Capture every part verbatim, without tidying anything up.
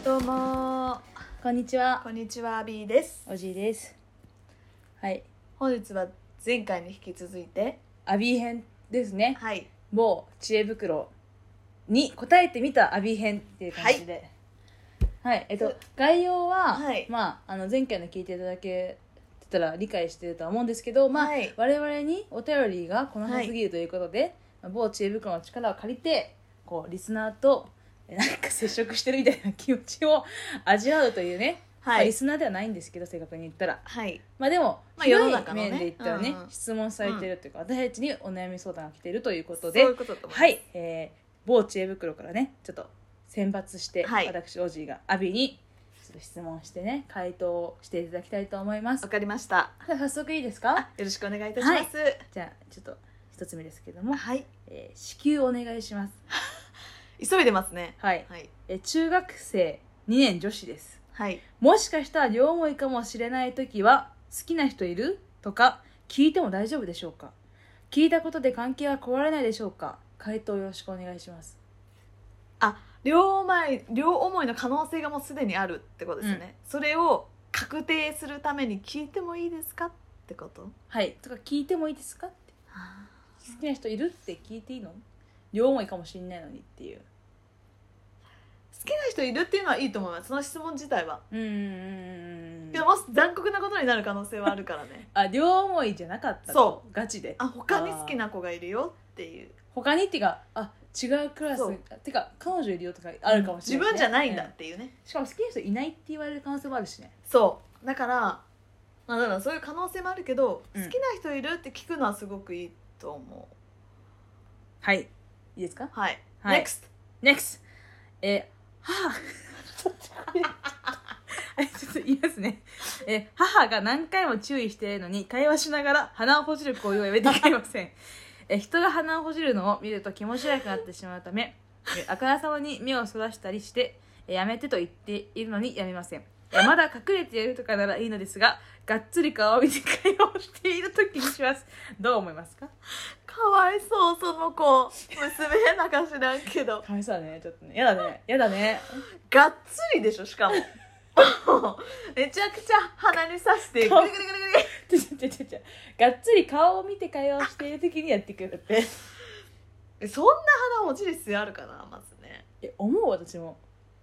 どうもこんにちは。 こんにちは、アビーです。 おじいです。はい。 本日は前回に引き続いてアビー編ですね。 はい。 某知恵袋に答えてみたアビー編っていう感じで。はい。はい、えっと概要は、 はい、 まああの前回の聞いていただけてたら理解してるとは思うんですけど、まあ、はい、我々にお便りがこなさすぎるということで、はい、某知恵袋の力を借りてこうリスナーとなんか接触してるみたいな気持ちを味わうというね、はい、まあ、リスナーではないんですけど正確に言ったら、はい、まあでも、まあ、世の中の、ね、面で言ったらね、うんうん、質問されてるというか、うん、私たちにお悩み相談が来ているということで、 そういうことだと思います。はい、 えー、某知恵袋からねちょっと選抜して、はい、私おじいがアビにちょっと質問してね回答をしていただきたいと思います。 わかりました。 早速いいですか？ よろしくお願いいたします。はい、 じゃあちょっと一つ目ですけども、 はい、 えー、至急お願いします。 急いでますね。 はい、はい、え中学生にねん女子です。 はい、 もしかしたら両思いかもしれないときは好きな人いるとか聞いても大丈夫でしょうか？聞いたことで関係は壊れないでしょうか？回答よろしくお願いします。 あ、両思い両思いの可能性がもうすでにあるってことですよね、うん、それを確定するために聞いてもいいですかってこと？ はいとか聞いてもいいですかって、好きな人いるって聞いていいの？両思いかもしれないのにっていう。 好きな人いるっていうのはいいと思います、その質問自体は。 うんうんうんでも残酷なことになる可能性はあるからねあ、両思いじゃなかったそうガチで、 あ、他に好きな子がいるよっていう。 他にっていうか、あ、違うクラスってか彼女いるよとかあるかもしれない、ね、 自分じゃないんだっていうね、 うん、しかも好きな人いないって言われる可能性もあるしね。 そうだから、まあ、だからそういう可能性もあるけど、 うん、 好きな人いるって聞くのはすごくいいと思う。 はい、いいですか？ はい、 はい、 ネクストネクスト え母ちょっと言いますね。え母が何回も注意しているのに会話しながら鼻をほじる行為をやめていませんえ人が鼻をほじるのを見ると気持ち悪くなってしまうため、えあからさまに目をそらしたりしてえやめてと言っているのにやめません。えまだ隠れてやるとかならいいのですが、がっつり顔を見て会話をしているときにします。どう思いますか？ かわいそう、その子。娘なんか知らんけど。 かわいそうだね、ちょっとね。やだね、やだね。 がっつりでしょ、しかも。めちゃくちゃ鼻に刺してグリグリグリグリちょちょちょちょがっつり顔を見て会話をしているときにやってくるってえ、そんな鼻落ちる必要あるかな、まずね。 え、思う、私も。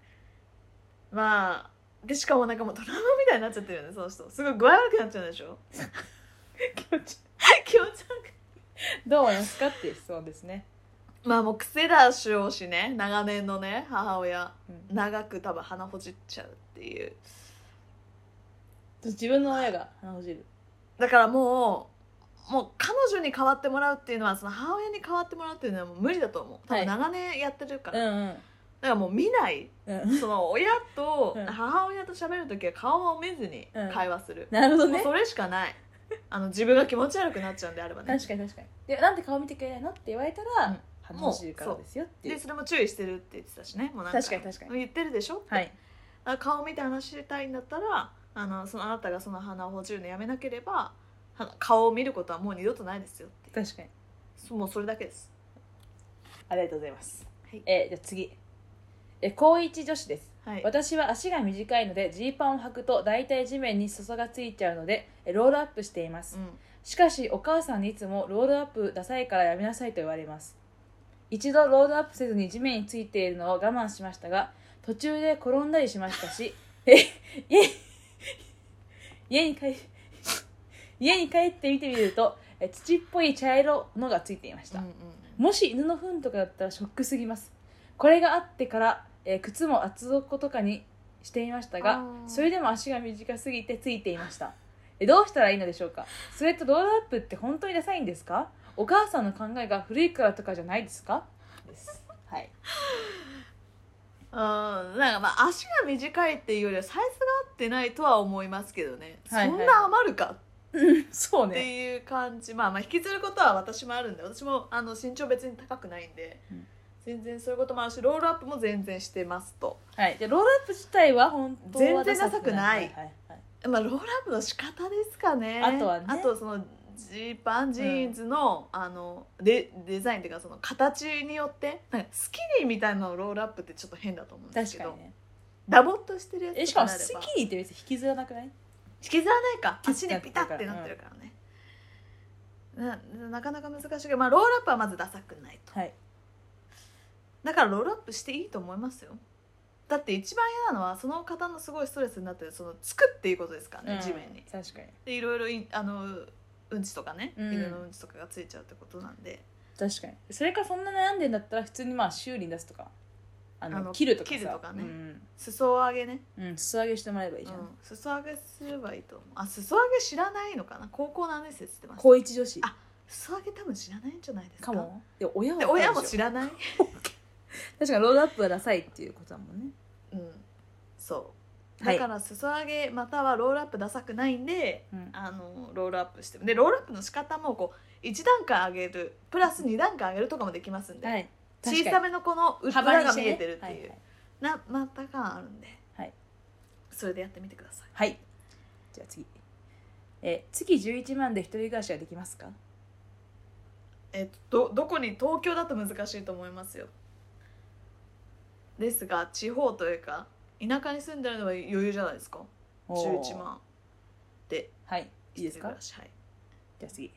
まあで、しかもなんかもうトラウマみたいになっちゃってるよね、その人。すごい具合悪くなっちゃうでしょ気持ち気持ち悪くどう思いますかっていう質問ですね。 まあもう癖だしようしね、長年のね母親、うん、長く多分鼻ほじっちゃうっていう。 自分の親が鼻ほじる。 だからもうもう彼女に代わってもらうっていうのは、その母親に代わってもらうっていうのはもう無理だと思う。多分長年やってるから、はい、うんうん、だからもう見ない、うん、その親と、うん、母親と喋るときは顔を見ずに会話する、 うん、なるほどね。 それしかない。あの自分が気持ち悪くなっちゃうんであればね。 確かに確かに。で、なんで顔見てくれないのって言われたら、うん、鼻ほじるからですよっていう。 でそれも注意してるって言ってたしね。もうなんか確かに確かに言ってるでしょって、はい、顔見て話したいんだったら、あのそのあなたがその鼻をほじるのやめなければ顔を見ることはもう二度とないですよって。 確かに、 もうそれだけです。 ありがとうございます、はい、えー、じゃあ次、え高一女子です、はい、私は足が短いのでジーパンを履くと大体地面に裾がついちゃうのでロールアップしています、うん、しかしお母さんにいつもロールアップダサいからやめなさいと言われます。一度ロールアップせずに地面についているのを我慢しましたが、途中で転んだりしましたしえ家家に帰家に帰って見てみるとえ土っぽい茶色のがついていました、うんうん、もし犬の糞とかだったらショックすぎます。これがあってからえ靴も厚底とかにしていましたが、それでも足が短すぎてついていました。えどうしたらいいのでしょうか？それとロールアップって本当にダサいんですか？お母さんの考えが古いからとかじゃないですか？です。はい。 うん、なんかまあ足が短いっていうよりはサイズが合ってないとは思いますけどね、はいはい、そんな余るかそうねっていう感じ。まあまあ引きずることは私もあるんで、私もあの身長別に高くないんで、うん、全然そういうこともあるし、ロールアップも全然してますと。 はい。でロールアップ自体は本当は全然ダサくない、はいはいはい、まあロールアップの仕方ですかね。 あとはね、 あとそのジーパンジーンズの、うん、あの デ, デザインっていうかその形によってなんかスキニーみたいなのロールアップってちょっと変だと思うんですけど、 確かにね、 ダボっとしてるやつとか。 えしかもスキニーって別に引きずらなくない？ 引きずらないか、足にピタってなってるからね、うん、な, なかなか難しいけど、まあ、ロールアップはまずダサくないと、 はい、 だからロールアップしていいと思いますよ。だって一番嫌なのはその方のすごいストレスになってるそのつくっていうことですからね、うん、地面に。 確かに。 でいろいろいあのうんちとかね、犬、うん、のうんちとかがついちゃうってことなんで。 確かに。それかそんな悩んでんだったら普通にまあ修理に出すとか、あのあの切るとかさ、 切るとかね、うん、裾上げね、 うん、裾上げしてもらえばいいじゃん、うん、 裾上げすればいいと思う。あ、裾上げ知らないのかな、高校何年生って言ってました。 高一女子。 あ、裾上げ多分知らないんじゃないですか。 かも。いや親は親も知らない確かにロールアップがダサいっていうことだもんね。 うん、そうだから裾上げまたはロールアップダサくないんで、うん、あのロールアップしてでロールアップの仕方もこういち段階上げるプラスに段階上げるとかもできますんで、はい、小さめのこの裏が見えてるっていう、はいはい、なまた感あるんで、はい、それでやってみてください。 はい、じゃあ次、え月じゅういちまんで一人暮らしはできますか？ えっと、ど, どこに東京だと難しいと思いますよ。ですが地方というか田舎に住んでるのは余裕じゃないですか。じゅういちまんで、 はい、いいですか？はい、 じゃあ次、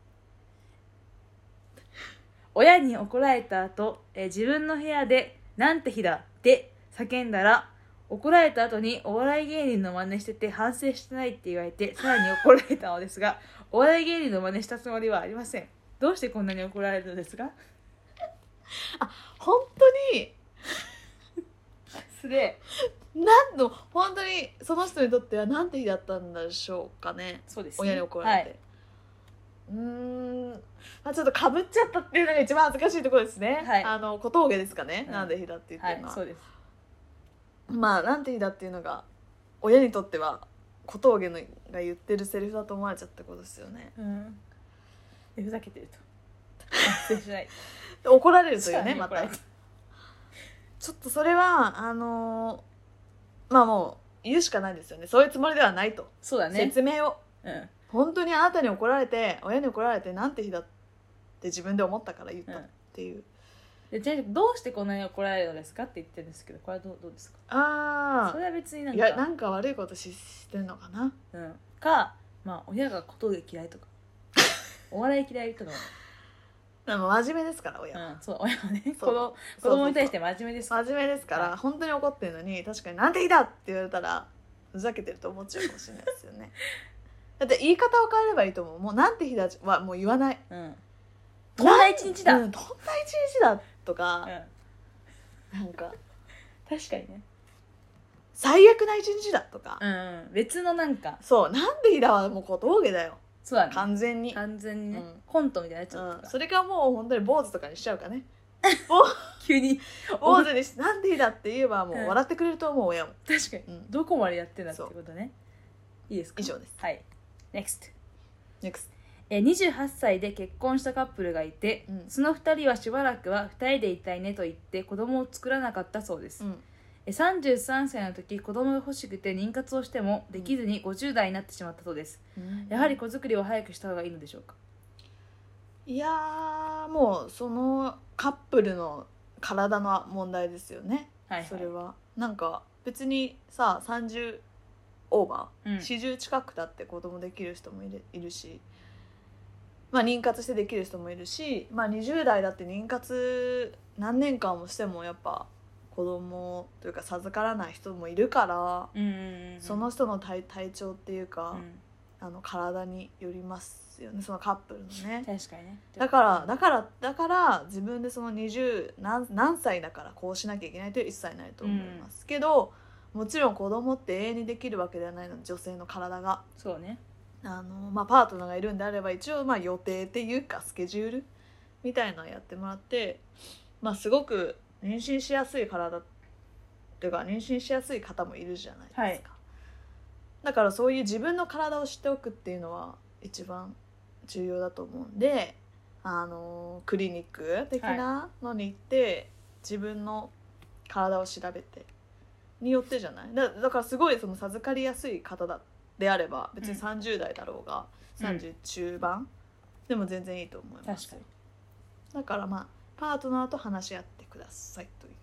親に怒られた後、え自分の部屋でなんて日だって叫んだら、怒られた後にお笑い芸人の真似してて反省してないって言われてさらに怒られたのですが、お笑い芸人の真似したつもりはありません。どうしてこんなに怒られるのですか？ あ、本当にすで何の本当にその人にとってはなんて日だったんでしょうかね。 そうですね、 親に怒られて、はい、うーん、まあ、ちょっとかぶっちゃったっていうのが一番恥ずかしいところですね、はい、あの小峠ですかね、うん、なんで日だって言ってるのは、 はい、そうです。 まあなんて日だっていうのが親にとっては小峠のが言ってるセリフだと思われちゃったことですよね、 うん、ふざけてると反省しない怒られるというね、またちょっとそれはあのー、まあもう言うしかないですよね。そういうつもりではないと。 そうだね、 説明を、 うん、 本当にあなたに怒られて親に怒られてなんて日だって自分で思ったから言ったっていう、 うん、でじゃあどうしてこんなに怒られるのですかって言ってるんですけど、これはどう、どうですか？ ああ、 それは別になんかいやなんか悪いことししてるのかな、 うん、か、まあ親が小峠嫌いとかお笑い嫌いとかでも真面目ですから親は、うん、そう親はね、子供子供に対して真面目ですから、 真面目ですから、はい、本当に怒ってるのに確かになんて日だって言われたらふざけてると思っちゃうかもしれないですよねだって言い方を変えればいいと思う。もうなんて日だはもう言わない、うん、 どんな一日だ、 うん、どんな一日だとか、うん、なんか確かにね、 最悪な一日だとか、 うん、別のなんかそうなんて日だはもう小峠だよ。 そうだね、 完全に完全にね、うん、コントみたいなやつだった、 うん、それかもう本当に坊主とかにしちゃうかね急に坊主にしなんでいいだって言えばもう笑ってくれると思う親も。 確かに、うん、どこまでやってんだってことね。いいですか？ 以上です。 はい、 NEXT NEXT えにじゅうはっさいで結婚したカップルがいて、うん、そのふたりはしばらくはふたりでいたいねと言って子供を作らなかったそうです、うん、えさんじゅうさんさいの時子供が欲しくて妊活をしてもできずにごじゅう代になってしまったそうです、うん、やはり子作りを早くした方がいいのでしょうか？ いやーもうそのカップルの体の問題ですよね、はいはい、それはなんか別にささんじゅうオーバー、うん、よんじゅう近くだって子供できる人もいる、いるし、まあ、妊活してできる人もいるし、まあ、にじゅう代だって妊活何年間もしてもやっぱ子供というか授からない人もいるから、うんうんうん、その人の 体, 体調っていうか、うん、あの体によりますよね、そのカップルのね。 確かにね。 だからだからだから自分でそのにじゅう 何, 何歳だからこうしなきゃいけないという一切ないと思います、うん、けどもちろん子供って永遠にできるわけではないので女性の体がそうね、 あの、まあ、パートナーがいるんであれば一応まあ予定っていうかスケジュールみたいなのをやってもらって、まあ、すごく妊娠しやすい体っていうか妊娠しやすい方もいるじゃないですか、はい、だからそういう自分の体を知っておくっていうのは一番重要だと思うんで、あのクリニック的なのに行って、はい、自分の体を調べてによってじゃない だ, だからすごいその授かりやすい方だであれば別にさんじゅう代だろうが、うん、さんじゅう中盤でも全然いいと思います。 確かに。 だからまあパートナーと話し合ってくださいという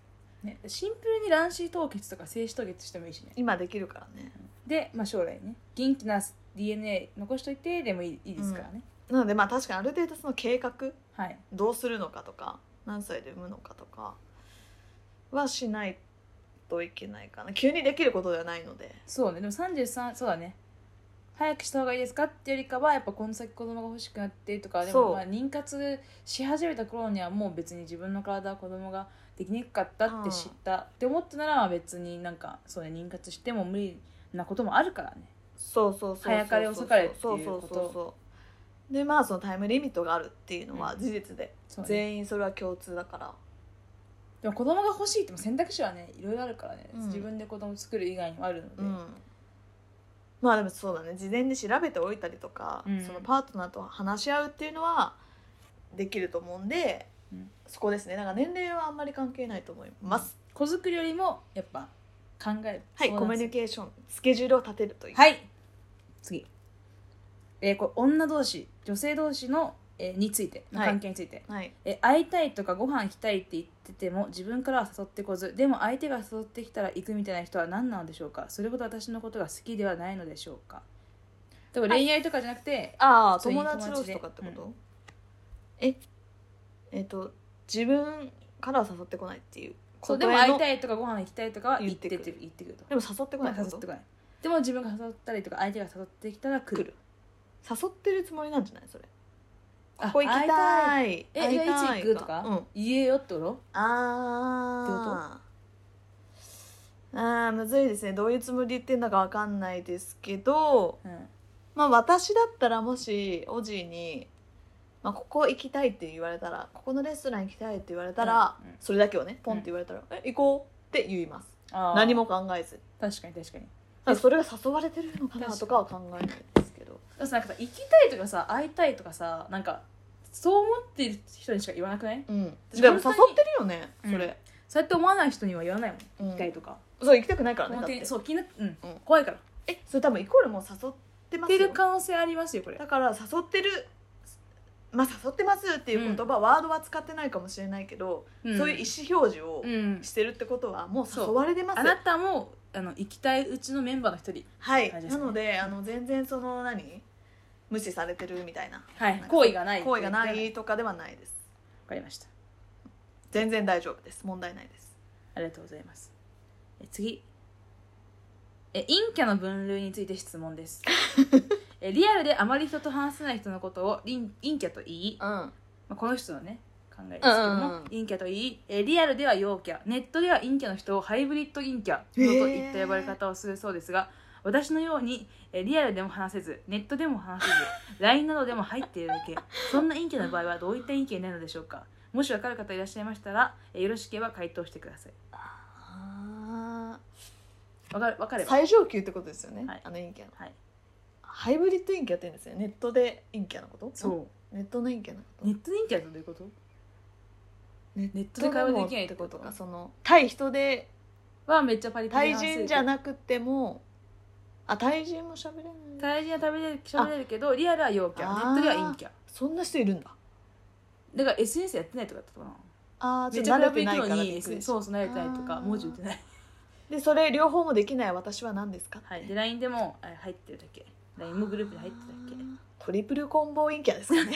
ね、シンプルに卵子凍結とか精子凍結してもいいしね。 今できるからね。 で、まあ、将来ね元気な ディーエヌエー 残しといてでもいい、いいですからね、 うん、なのでまあ確かにある程度その計画、 はい、 どうするのかとか何歳で産むのかとかはしないといけないかな。急にできることではないので。 そうね。でもさんじゅうさん、そうだね、早くした方がいいですかっていうよりかはやっぱこの先子供が欲しくなってとか、でもまあ妊活し始めた頃にはもう別に自分の体は子供ができにくかったって知った、うん、って思ってなら別になんかそうね、妊活しても無理なこともあるからね。 そうそうそうそう、 早かれ遅かれっていうこと。そうそうそうそうでまあそのタイムリミットがあるっていうのは事実で、うん、全員それは共通だから。 でも子供が欲しいっても選択肢はねいろいろあるからね、うん、自分で子供作る以外にもあるので、うん、 まあでもそうだね、事前に調べておいたりとか、うん、そのパートナーと話し合うっていうのはできると思うんで、うん、そこですね。なんか年齢はあんまり関係ないと思います。 子作りよりもやっぱ考える、 はい、コミュニケーションスケジュールを立てるという。 はい、次、えー、これ女同士女性同士の、えー、についての関係について、はいはい、えー、会いたいとかご飯行きたいって言ってても自分からは誘ってこず、でも相手が誘ってきたら行くみたいな人は何なのでしょうか。それほど私のことが好きではないのでしょうか。でも恋愛とかじゃなくて、 ああ友達同士とかってこと、うん、ええっ、ー、と自分からは誘ってこないっていう。 そうでも会いたいとかご飯行きたいとかは言ってくる、言ってくると。 でも誘ってこないってこと、 誘ってこない。でも自分が誘ったりとか相手が誘ってきたら来る。来る。 誘ってるつもりなんじゃないそれ。ここ行きたい。 え、じゃあいつ行くとか、うん、言えよってこと。 あーあーむずいですね。どういうつもりで言ってんだか分かんないですけど、うん、まあ私だったらもしおじいに、まあ、ここ行きたいって言われたら、ここのレストラン行きたいって言われたら、うんうん、それだけをねポンって言われたら、うん、え行こうって言います。何も考えず。 確かに確かに。 かそれが誘われてるのかなとかは考えないですけど。 なんかさ、行きたいとかさ会いたいとかさ、なんかそう思ってる人にしか言わなくない？ うん、でも誘ってるよね、それ、うん、 そうやって思わない人には言わないもん、行きたいとか。 そう、行きたくないからね。だってそう、気になって、うん、うん、怖いから。 え、それ多分イコールもう誘ってますよ。 ってる可能性ありますよこれ。だから誘ってる、まあ誘ってますっていう言葉、うん、ワードは使ってないかもしれないけど、うん、そういう意思表示をしてるってことはもう誘われてます。 あなたもあの行きたいうちのメンバーの一人。 はい、なのであの全然その何無視されてるみたいな、 はい、行為がない行為がないとかではないです。 わかりました。 全然大丈夫です。問題ないです。 ありがとうございます。え次え陰キャの分類について質問ですえリアルであまり人と話せない人のことを陰キャと言い、うん、まあ、この人のね考えですけども、うんうんうん、陰キャと言い、えリアルでは陽キャ、ネットでは陰キャの人をハイブリッド陰キャといった呼ばれ方をするそうですが、私のようにえリアルでも話せずネットでも話せずライン などでも入っているだけ、そんな陰キャの場合はどういった陰キャになるのでしょうか。もし分かる方いらっしゃいましたらえよろしければ回答してください。あ分かる分かれば最上級ってことですよね、はい、あの陰キャの、 はい、 ハイブリッド陰キャって言うんですよ。ネットで陰キャのこと。 そう、 ネットの陰キャのこと。ネット陰キャってどういうこと？ネットで会話できないってことか。 その対人ではめっちゃパリパリ対人じゃなくても、あ、対人も喋れない。 対人は喋れる喋れるけどリアルは陽キャ、ネットでは陰キャ。 そんな人いるんだ。 だから エスエヌエス やってないとかだったかな。 ああ、ちょっと慣れてないからびっくり。 そうそう慣れてないとか文字打てない。 でそれ両方もできない私は何ですか。 はい。で ライン でも入ってるだけ。ライン もグループで入ってるだけ。 トリプルコンボ陰キャですかね。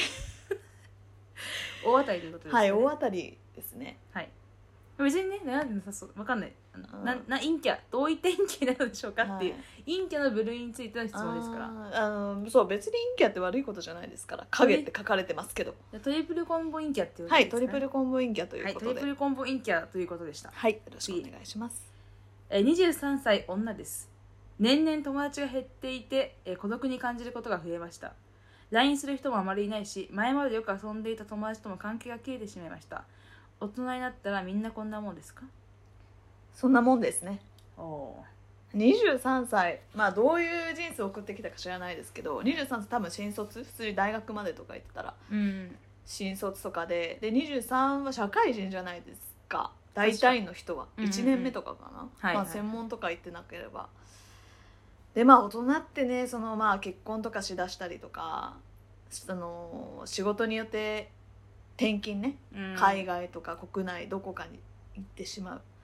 大当たりということですね。 はい、大当たりですね。 はい。別にね、なんでなさそう、わかんない。な、な、陰キャ、どういった陰キャになるでしょうかっていう、はい、陰キャの部類についての質問ですから。 ああの、そう、別に陰キャって悪いことじゃないですから。影って書かれてますけど。 トリプルコンボ陰キャっていうことですね。 はい、トリプルコンボ陰キャということで。 はい、トリプルコンボ陰キャということでした。 はい、よろしくお願いします。 え、にじゅうさんさい女です。年々友達が減っていて、え、孤独に感じることが増えました。ライン する人もあまりいないし、前までよく遊んでいた友達とも関係が切れてしまいました。大人になったらみんなこんなもんですか？ そんなもんですね。 おにじゅうさんさい、まあどういう人生を送ってきたか知らないですけど、にじゅうさんさい多分新卒、普通に大学までとか言ってたら、うん、新卒とかで、でにじゅうさんは社会人じゃないですか。大体の人はいちねんめとかかな、うんうんうん、まあ、専門とか行ってなければ、でまあ大人ってね、そのまあ結婚とかしだしたりとか、その仕事によって転勤ね、うん、海外とか国内どこかに行ってしまう。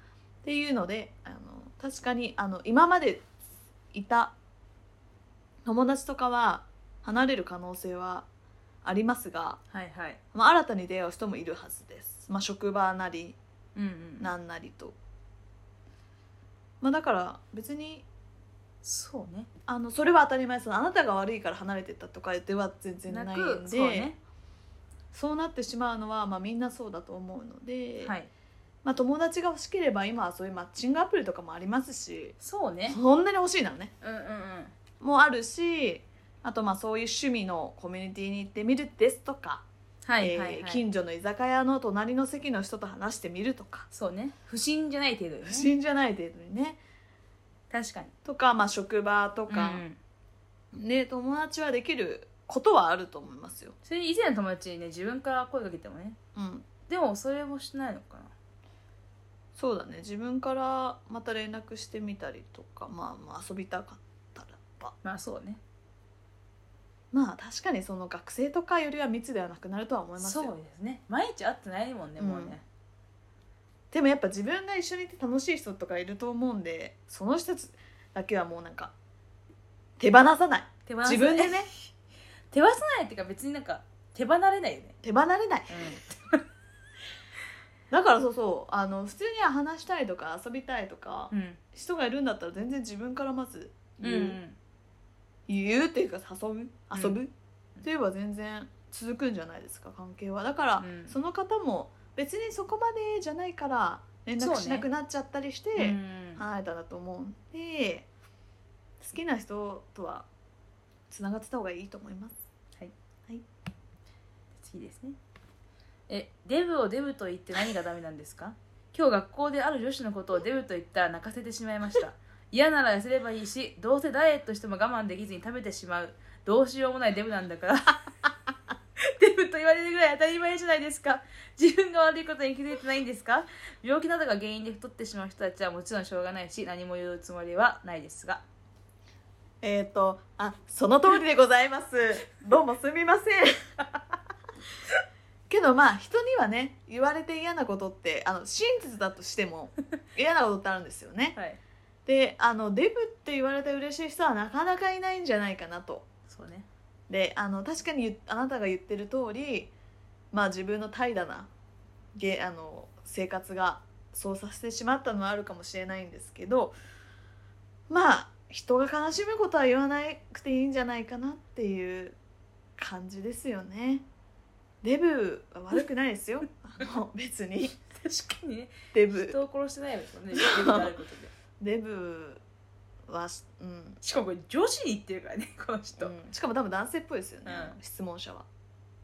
っていうのであの確かにあの今までいた友達とかは離れる可能性はありますが、 はいはい、 まあ、新たに出会う人もいるはずです、まあ、職場なり、 うんうん、 なんなりと、まあ、だから別にそうね、 あのそれは当たり前です。あなたが悪いから離れてったとかでは全然ないんで、そうね、そうなってしまうのは、まあ、みんなそうだと思うので、 はい、 まあ、友達が欲しければ今はそういうマッチングアプリとかもありますし、 そうね、 そんなに欲しいならね、 うんうんうん、 もあるし、あとまあそういう趣味のコミュニティに行ってみるですとか、はいはいはい、えー、近所の居酒屋の隣の席の人と話してみるとか、 そうね、不審じゃない程度にね、 不審じゃない程度にね、 確かにとか、まあ、職場とか、うん、ね、友達はできることはあると思いますよ。 それ以前の友達にね自分から声かけてもね、うん、でもそれもしないのかな。 そうだね、自分からまた連絡してみたりとか、まあ、まあ遊びたかったらば、 まあそうね、 まあ確かにその学生とかよりは密ではなくなるとは思いますよ。 そうですね、毎日会ってないもんね、うん、もうね。 でもやっぱ自分が一緒にいて楽しい人とかいると思うんで、その人だけはもうなんか手放さない、手放さない、自分でね手放さないっていうか別になんか手離れないよね、 手離れない、うん、だからそうそうあの普通には話したいとか遊びたいとか、うん、人がいるんだったら全然自分からまず言う、うんうん、言うっていうか誘う遊ぶ、うん、って言えば全然続くんじゃないですか、関係は。だから、うん、その方も別にそこまでじゃないから連絡しなくなっちゃったりして離れたんだと思うんで、好きな人とはつながってた方がいいと思います。 はい、はい、次ですね。え、デブをデブと言って何がダメなんですか？今日学校である女子のことをデブと言ったら泣かせてしまいました。嫌なら痩せればいいし、どうせダイエットしても我慢できずに食べてしまうどうしようもないデブなんだからデブと言われるぐらい当たり前じゃないですか。自分が悪いことに気づいてないんですか？病気などが原因で太ってしまう人たちはもちろんしょうがないし、何も言うつもりはないですが、 えっ、ー、とあその通りでございますどうもすみませんけどまあ人にはね言われて嫌なことってあの真実だとしても嫌なことってあるんですよね、はい、であのデブって言われて嬉しい人はなかなかいないんじゃないかなと。 そうね。 であの確かにあなたが言ってる通り、まあ自分の怠惰なげあの生活がそうさせてしまったのはあるかもしれないんですけど、まあ人が悲しむことは言わなくていいんじゃないかなっていう感じですよね。デブは悪くないですよあの別に確かにね、 デブ人を殺してないですよね、デブがあることでデブは、うん、 しかもこれ女子に言ってるからねこの人、うん、 しかも多分男性っぽいですよね、うん、質問者は。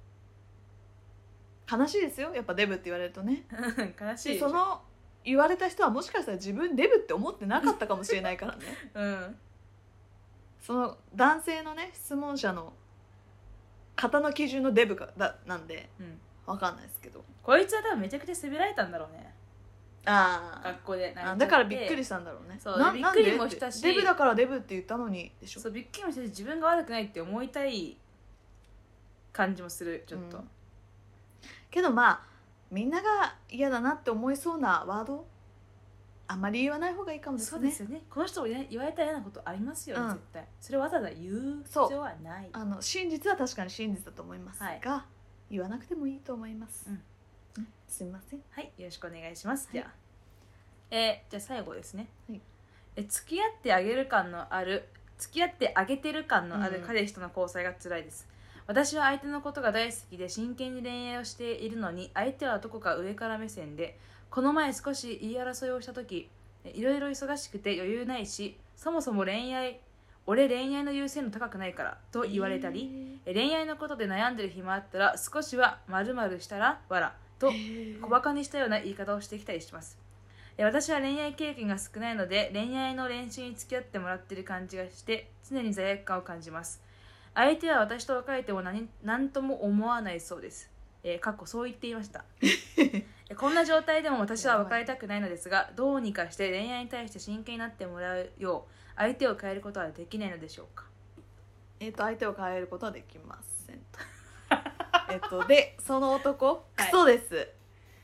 悲しいですよやっぱデブって言われるとね悲しいでその言われた人はもしかしたら自分デブって思ってなかったかもしれないからね、うん、その男性のね質問者の方の基準のデブかだなんで、うん、分かんないですけど、 こいつは多分めちゃくちゃ責められたんだろうね。ああ学校であだからびっくりしたんだろうね。 そうなびっくりもしたし、 デブだからデブって言ったのにでしょ。 そうびっくりもしたし、自分が悪くないって思いたい感じもするちょっと、うん、 けどまあみんなが嫌だなって思いそうなワードあんまり言わない方がいいかもですね。 そうですよね。この人も言われたら嫌なことありますよね、うん、絶対。それをわざわざ言う必要はない。 あの真実は確かに真実だと思いますが、はい、言わなくてもいいと思います、うんうん、すみません。 はい、よろしくお願いします、はい、じゃあ、えー、じゃあ最後ですね、はい、え付き合ってあげる感のある付き合ってあげてる感のある彼氏との交際が辛いです、うん、私は相手のことが大好きで真剣に恋愛をしているのに、相手はどこか上から目線で、この前少し言い争いをした時、いろいろ忙しくて余裕ないし、そもそも恋愛俺恋愛の優先度高くないからと言われたり、えー、恋愛のことで悩んでる暇あったら少しは〇〇したらわらと小バカにしたような言い方をしてきたりします。え私は恋愛経験が少ないので、恋愛の練習に付き合ってもらってる感じがして常に罪悪感を感じます。相手は私と別れても 何, 何とも思わないそうです。えー、かっこそう言っていましたこんな状態でも私は別れたくないのですが、どうにかして恋愛に対して真剣になってもらうよう相手を変えることはできないのでしょうか。 えっと相手を変えることはできませんとえっとでその男クソです、 そ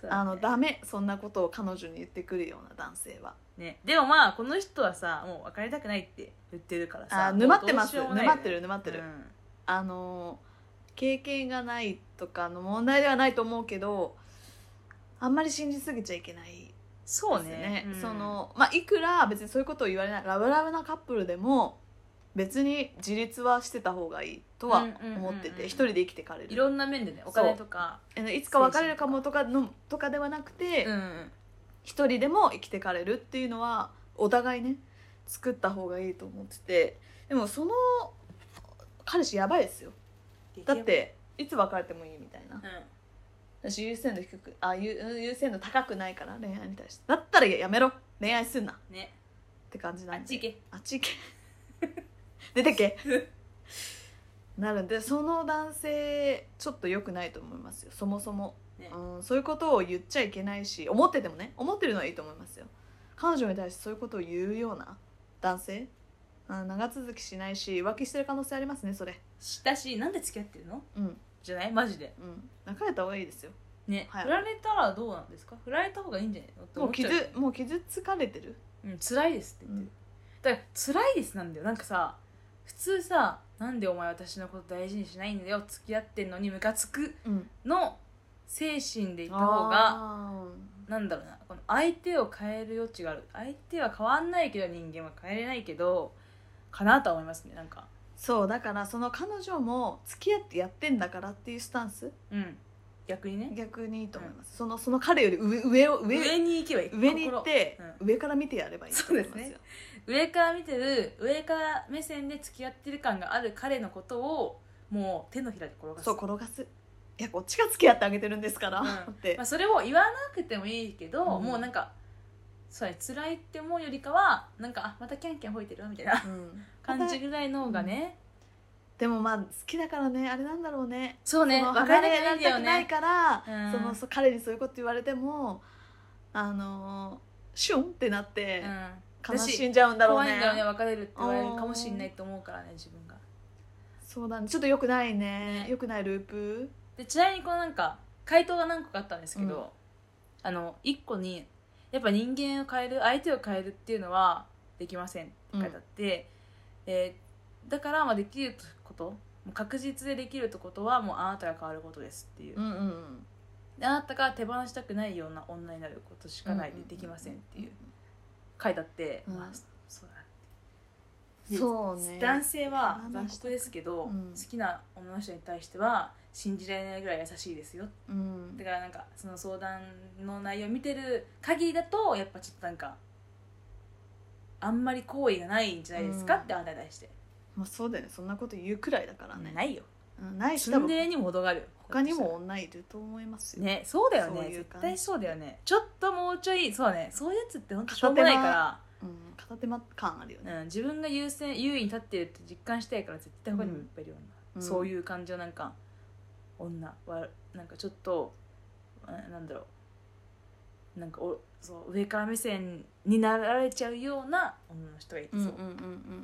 ね、あのダメそんなことを彼女に言ってくるような男性は、 ね、でもまあこの人はさもう別れたくないって言ってるからさ、 あ沼ってます、ね、沼ってる沼ってる、 うん、 あの経験がないとかの問題ではないと思うけど、あんまり信じすぎちゃいけないですね。 そうね、 うん、そのまあいくら別にそういうことを言われないラブラブなカップルでも別に自立はしてた方がいいとは思ってて、一人で生きてかれる、 いろんな面でね、お金とかいつか別れるかもとかのとかではなくて、うん、一人でも生きてかれるっていうのはお互いね作った方がいいと思ってて、でもその彼氏やばいですよ。だっていつ別れてもいいみたいな、うん、私優先度低くあ優優先度高くないから恋愛に対して、だったらやめろ恋愛すんな、ね、って感じなんで、 あっち行けあっち行け出てけなるんで、その男性ちょっと良くないと思いますよそもそも、ね、うん、そういうことを言っちゃいけないし、思っててもね思ってるのはいいと思いますよ。彼女に対してそういうことを言うような男性、うん、長続きしないし浮気してる可能性ありますね。それしたし、なんで付き合ってるの、うん、じゃないマジで、 うん、別れた方がいいですよね、はい、振られたらどうなんですか。振られた方がいいんじゃないのって思っちゃう。 もう傷もう傷つかれてる、 うん、辛いですって言ってる、うん、だから辛いですなんだよ。なんかさ普通さ、なんでお前私のこと大事にしないんだよ、付き合ってんのにムカつくの精神でいた方が、うん、なんだろうな、この相手を変える余地がある。相手は変わんないけど人間は変えれないけどかなとは思いますね。なんかそうだからその彼女も付き合ってやってんだからっていうスタンス、 うん、逆にね逆にいいと思います、うん、そのその彼より上上を上上に行けばいい、 上に行って、うん、上から見てやればいいと思いますよ。そうですね、 上から見てる上から目線で付き合ってる感がある彼のことをもう手のひらで転がす。 そう転がす。いやこっちが付き合ってあげてるんですから、うん、って、 まあ、それを言わなくてもいいけど、うん、もうなんかそうね、辛いって思うよりかはなんかあまたキャンキャン吠えてるみたいな、うん、感じぐらいの方がね、 うん、でもまあ好きだからねあれなんだろうね。 そうね、 別れられたくないから、うん、そのそ彼にそういうこと言われてもあのシュンってなって、うん、悲しんじゃうんだろうね。 怖いんだよね、別れるって言われるかもしれないと思うからね自分が。 そうだね、ちょっと良くないね、ね、良くないループで。ちなみにこのなんか回答が何個かあったんですけど、うん、あのいっこにやっぱ人間を変える相手を変えるっていうのはできませんって書いてあって、うん、えー、だからまあできること確実でできるってことはもうあなたが変わることですっていう、うんうんうん、であなたが手放したくないような女になることしかないでできませんっていう書いてあって、うん、まあそうだなってそうね。 男性は残酷ですけど、うん、好きな女の人に対しては信じられないぐらい優しいですよ、うん、だからなんかその相談の内容を見てる限りだとやっぱちょっとなんかあんまり好意がないんじゃないですか、うん、ってあなたに対して、 まあ、そうだよね、そんなこと言うくらいだからね。 ないよ、 うん、ないしツンデレにも程がある。 他にも女いると思いますよね。そうだよね、絶対そうだよね。ちょっともうちょいそうね、そういうやつって本当しょうもないから、 うん、片手間感あるよね、 うん、自分が優先優位に立ってるって実感したいから絶対他にもいっぱいいるような、うん、そういう感じのなんか女はなんかちょっとなんだろう、なんかおそう上から目線になられちゃうような女の人がいて、そう、うんうんうんうん、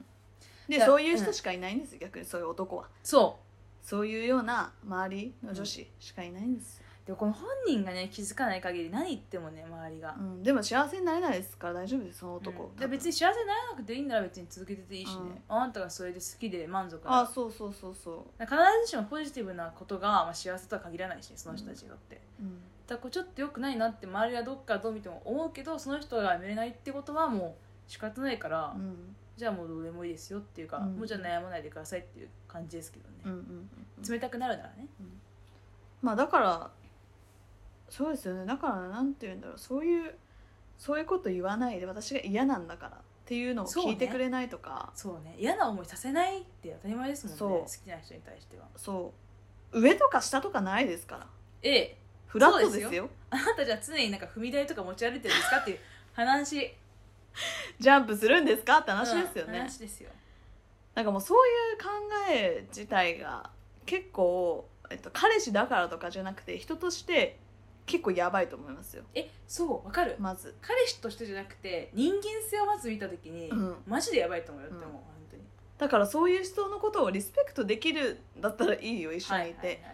でそういう人しかいないんですよ、うん、逆にそういう男は。 そうそういうような周りの女子しかいないんですよ、 うん、でもこの本人がね気づかない限り何言ってもね周りが、 うん、でも幸せになれないですから大丈夫ですその男、 うん、で別に幸せにならなくていいんなら別に続けてていいしね、うん、あんたがそれで好きで満足なあそうそうそうそう必ずしもポジティブなことが、まあ、幸せとは限らないし、ね、その人たちにとって、うん、だからこうちょっと良くないなって周りがどっからどう見ても思うけどその人がやめれないってことはもう仕方ないから、うん、じゃあもうどうでもいいですよっていうか、うん、もうじゃあ悩まないでくださいっていう感じですけどね、うんうんうん、冷たくなるならね、うん、 まあだからそうですよね。だからなんて言うんだろう、そういうそういうこと言わないで私が嫌なんだからっていうのを聞いてくれないとか、 そうね、そうね、嫌な思いさせないって当たり前ですもんね。そう好きな人に対してはそう上とか下とかないですから。 ええ、 フラットですよ。ですよあなたじゃあ常になんか踏み台とか持ち歩いてるんですかっていう話ジャンプするんですかって話ですよね、 うん、話ですよ。 なんかもうそういう考え自体が結構、えっと、彼氏だからとかじゃなくて人として結構やばいと思いますよ。 え、そうわかる。 まず彼氏としてじゃなくて人間性をまず見た時に、うん、マジでやばいと思うよって思う、うん、本当に。 だからそういう人のことをリスペクトできるんだったらいいよ一緒にいて、はいはいはい、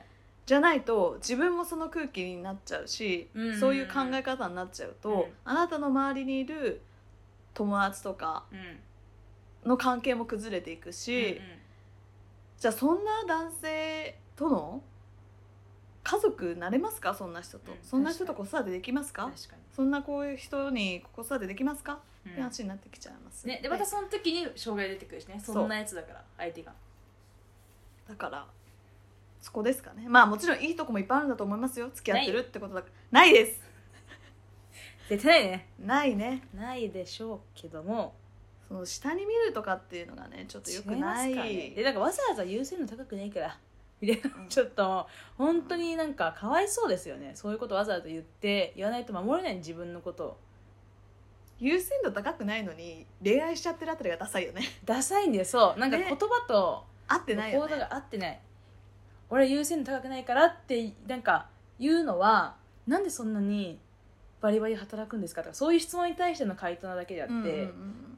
じゃないと自分もその空気になっちゃうし、うんうんうん、そういう考え方になっちゃうと、うん、あなたの周りにいる友達とかの関係も崩れていくし、うんうん、じゃあそんな男性との家族なれますか？そんな人と、うん、そんな人と子育てできますか？確かにそんなこういう人に子育てできますか、うん、って話になってきちゃいますね。でまたその時に障害出てくるしね、そんなやつだから相手が。 だからそこですかね。まあもちろんいいとこもいっぱいあるんだと思いますよ、付き合ってるってことだから。ないです絶対ないね。 ないね。 ないでしょうけども、 その下に見るとかっていうのがねちょっとよくない。 ね、でなんかわざわざ優先度高くないからみたいな、うん、ちょっと本当になんかかわいそうですよね。そういうことわざわざ言って言わないと守れない、自分のことを。 優先度高くないのに恋愛しちゃってるあたりがダサいよね。 ダサいんだよ。そうなんか言葉と合ってないよね。 行動が合ってない。俺優先度高くないからってなんか言うのは、なんでそんなにバリバリ働くんですかとか、そういう質問に対しての回答なだけであって、うんうんうん、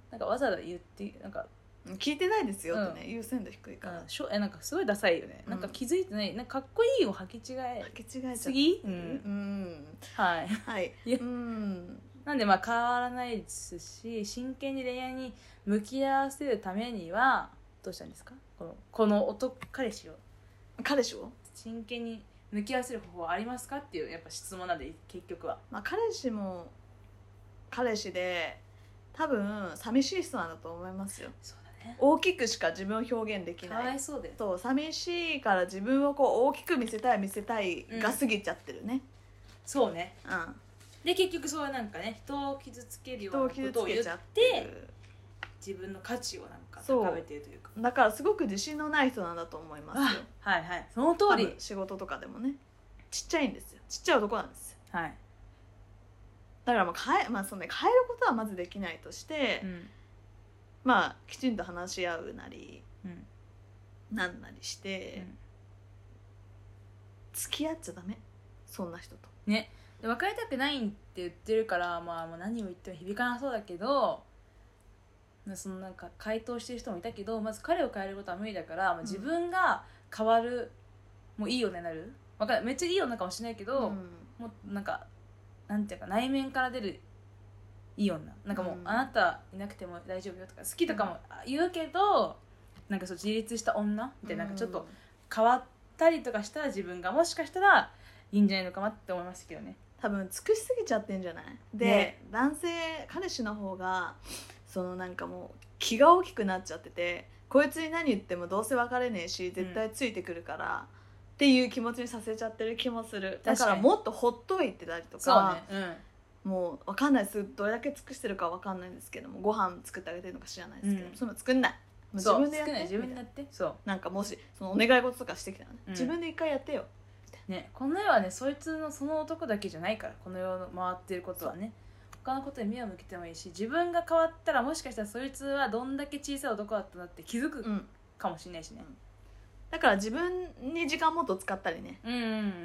なんかわざわざ言ってなんか聞いてないですよってね、うん、優先度低いから、 うん、しょえなんかすごいダサいよね、うん、なんか気づいてない、なんかかっこいいを履き違え履き違えちゃった次、うん、 うん、 はい、 はい、 いや、うん、なんでまあ変わらないですし、真剣に恋愛に向き合わせるためにはどうしたんですか？このこの男彼氏を彼氏を真剣に向き合わせる方法はありますかっていうやっぱ質問なんで、結局は、 まあ、彼氏も彼氏で多分寂しい人なんだと思いますよ。 そうだね、 大きくしか自分を表現できない。 かわいそうで、 そう寂しいから自分をこう大きく見せたい見せたいが過ぎちゃってるね、うん、 そうね、 うん、 で結局そういうなんかね、人を傷つけるようなことを言って自分の価値をなんか高めてるというか、 だからすごく自信のない人なんだと思いますよ。 はいはい、その通り。 仕事とかでもねちっちゃいんですよ、ちっちゃい男なんですよ。 はい、 だからもう変え、まあそのね、変えることはまずできないとして、うん、まあきちんと話し合うなり、うん、なんなりして、うん、付き合っちゃダメ、そんな人とね。で別れたくないって言ってるから、まあ、もう何を言っても響かなそうだけど、そのなんか回答してる人もいたけど、まず彼を変えることは無理だから、うん、自分が変わる、もういい女になる、わかんない、めっちゃいい女かもしれないけど、うん、もうなんかなんていうか内面から出るいい女、なんかもう、うん、あなたいなくても大丈夫よとか好きとかも言うけど、うん、なんかそう自立した女みたいな、なんかちょっと変わったりとかしたら自分がもしかしたらいいんじゃないのかなって思いますけどね。 多分尽くしすぎちゃってんじゃないで、ね、男性彼氏の方がそのなんかもう気が大きくなっちゃってて、こいつに何言ってもどうせ別れねえし絶対ついてくるから、うん、っていう気持ちにさせちゃってる気もする。だからもっとほっといてたりとか、 そうね、 うん、もう分かんないです、どれだけ尽くしてるか分かんないんですけども、ご飯作ってあげてるのか知らないですけど、うん、そういうの作んない、もう自分でやって、 自分でやって、そうなんかもしそのお願い事とかしてきたらね、うん、自分で一回やってよね。この世はね、そいつのその男だけじゃないから、この世の回ってることはね、他のことに目を向けてもいいし、自分が変わったらもしかしたらそいつはどんだけ小さい男だったなって気づくかもしれないしね、うん、だから自分に時間もっと使ったりね、 うんうんうん、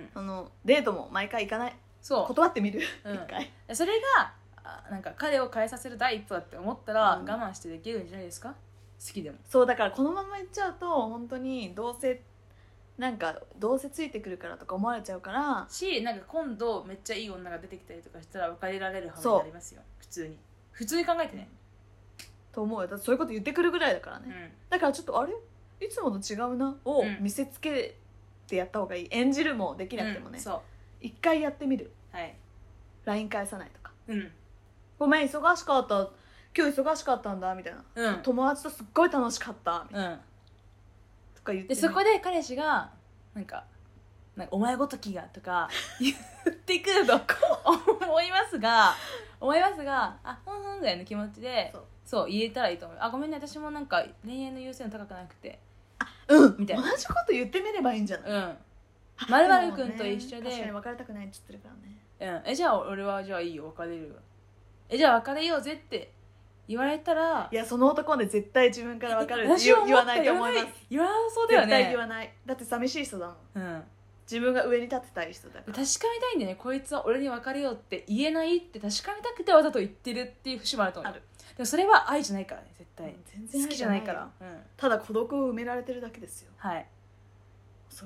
そのデートも毎回行かない、そう断ってみる、うん、一回それがなんか彼を変えさせる第一歩だって思ったら、うん、我慢してできるんじゃないですか、好きでも。 そうだからこのまま行っちゃうと本当にどうせなんかどうせついてくるからとか思われちゃうからし、なんか今度めっちゃいい女が出てきたりとかしたら別れられる羽目になりますよ。普通に普通に考えてね、 と思うよ。だってそういうこと言ってくるぐらいだからね、うん、だからちょっとあれいつもと違うなを見せつけてやった方がいい。演じるもできなくてもね、うん、そう一回やってみる、はい、ライン 返さないとか、うん、ごめん忙しかった、今日忙しかったんだみたいな、うん、友達とすっごい楽しかったみたいな、うん、とか言って、 でそこで彼氏がなんか「なんかお前ごときが」とか言ってくると思いますが思いますがあふんふんぐらいの気持ちでそうそう言えたらいいと思う。あごめんね、私もなんか恋愛の優先度高くなくて、 あうんみたいな、同じこと言ってみればいいんじゃない。うんまるまるくんと一緒で、 確かに別れたくないって言ってるからね、うん、えじゃあ俺はじゃあいいよ別れるよ、えじゃあ別れようぜって言われたら、 いやその男で絶対自分から別れるって言わないと思います。 言わなそうだよね。 絶対言わない。だって寂しい人だもん、うん、自分が上に立ってたい人だから。 確かめたいんだよね、こいつは俺に別れようって言えないって確かめたくてわざと言ってるっていう節もあると思う。ある。でもそれは愛じゃないからね、絶対、うん、全然好きじゃないから、うん、 ただ孤独を埋められてるだけですよ。 はい、 恐ろしい。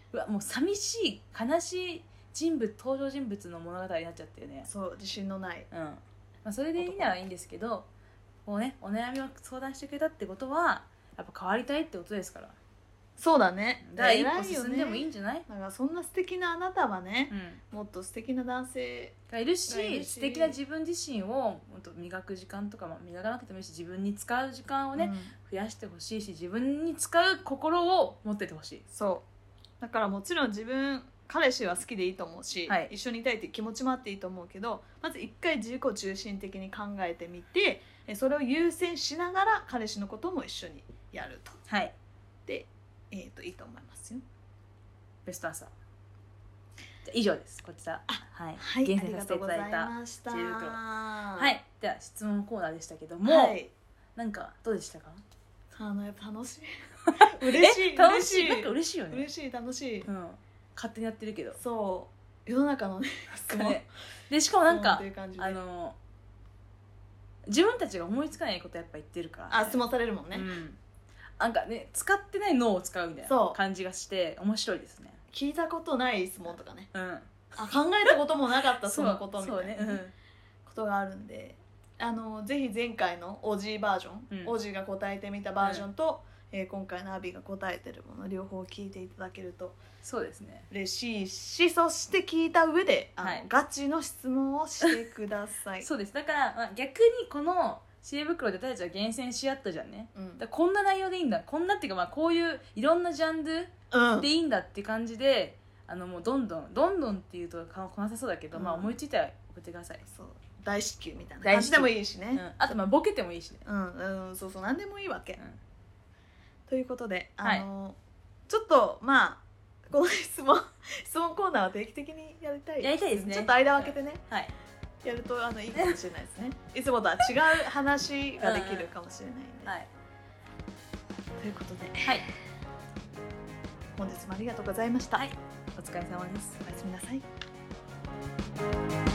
うわもう寂しい悲しい人物登場人物の物語になっちゃってるね。 そう自信のない、 うんまあ、それでいいならいいんですけど、こうねお悩みを相談してくれたってことはやっぱ変わりたいってことですから。 そうだね。 だから一歩進んでもいいんじゃない？ だからそんな素敵なあなたはね、うん、もっと素敵な男性がいるし、いるし素敵な自分自身をもっと磨く時間とか、まあ、磨かなくてもいいし自分に使う時間をね、うん、増やしてほしいし自分に使う心を持っててほしい。 そうだからもちろん自分彼氏は好きでいいと思うし、はい、一緒にいたいっていう気持ちもあっていいと思うけど、まず一回自己中心的に考えてみてそれを優先しながら彼氏のことも一緒にやると。 はいでえー、といいと思いますよ。 ベストアンサー。じゃ以上です。こちらはい、 はい、 厳選させていただいた知恵袋。 はい。では質問コーナーでしたけども、はい、なんかどうでしたか？ あのやっぱ楽しい。嬉しい楽しいなんか嬉しいよね。 嬉しい楽しい。 うん。勝手にやってるけど。 そう世の中のね。 ねでしかもなんかあの自分たちが思いつかないことやっぱ言ってるから、ね。 あ質問されるもんね。 うんなんかね使ってない脳を使うみたいな感じがして面白いですね。 聞いたことない質問とかね、 うん、 あ考えたこともなかったそのことみたいな、 ねうん、 ことがあるんであのぜひ前回の オージー バージョン、うん、オージー が答えてみたバージョンと、うんえー、今回のアビが答えてるもの両方聞いていただけるとそうですね嬉しいしそして聞いた上であの、はい、ガチの質問をしてください。 そうですだから、まあ、逆にこの知恵袋で私たちは厳選し合ったじゃんね、うん、だこんな内容でいいんだこんなっていうか、まあ、こういういろんなジャンルでいいんだって感じで、うん、あのもうどんどんどんどんっていうとこなさそうだけど、うんまあ、思いついたら送ってください。 そう大至急みたいな感じでもいいしね、 うん、あとまあボケてもいいしねうん、うん、そうそう何でもいいわけ、うん、ということであの、はい、ちょっとまあこの質問質問コーナーは定期的にやりたいやりたいですね。 ちょっと間を空けてね、 はい、 やるとあのいいかもしれないですね。いつもとは違う話ができるかもしれないんで、 うんはい、 ということで、 はい、 本日もありがとうございました、 はい、お疲れ様です。 おやすみなさい。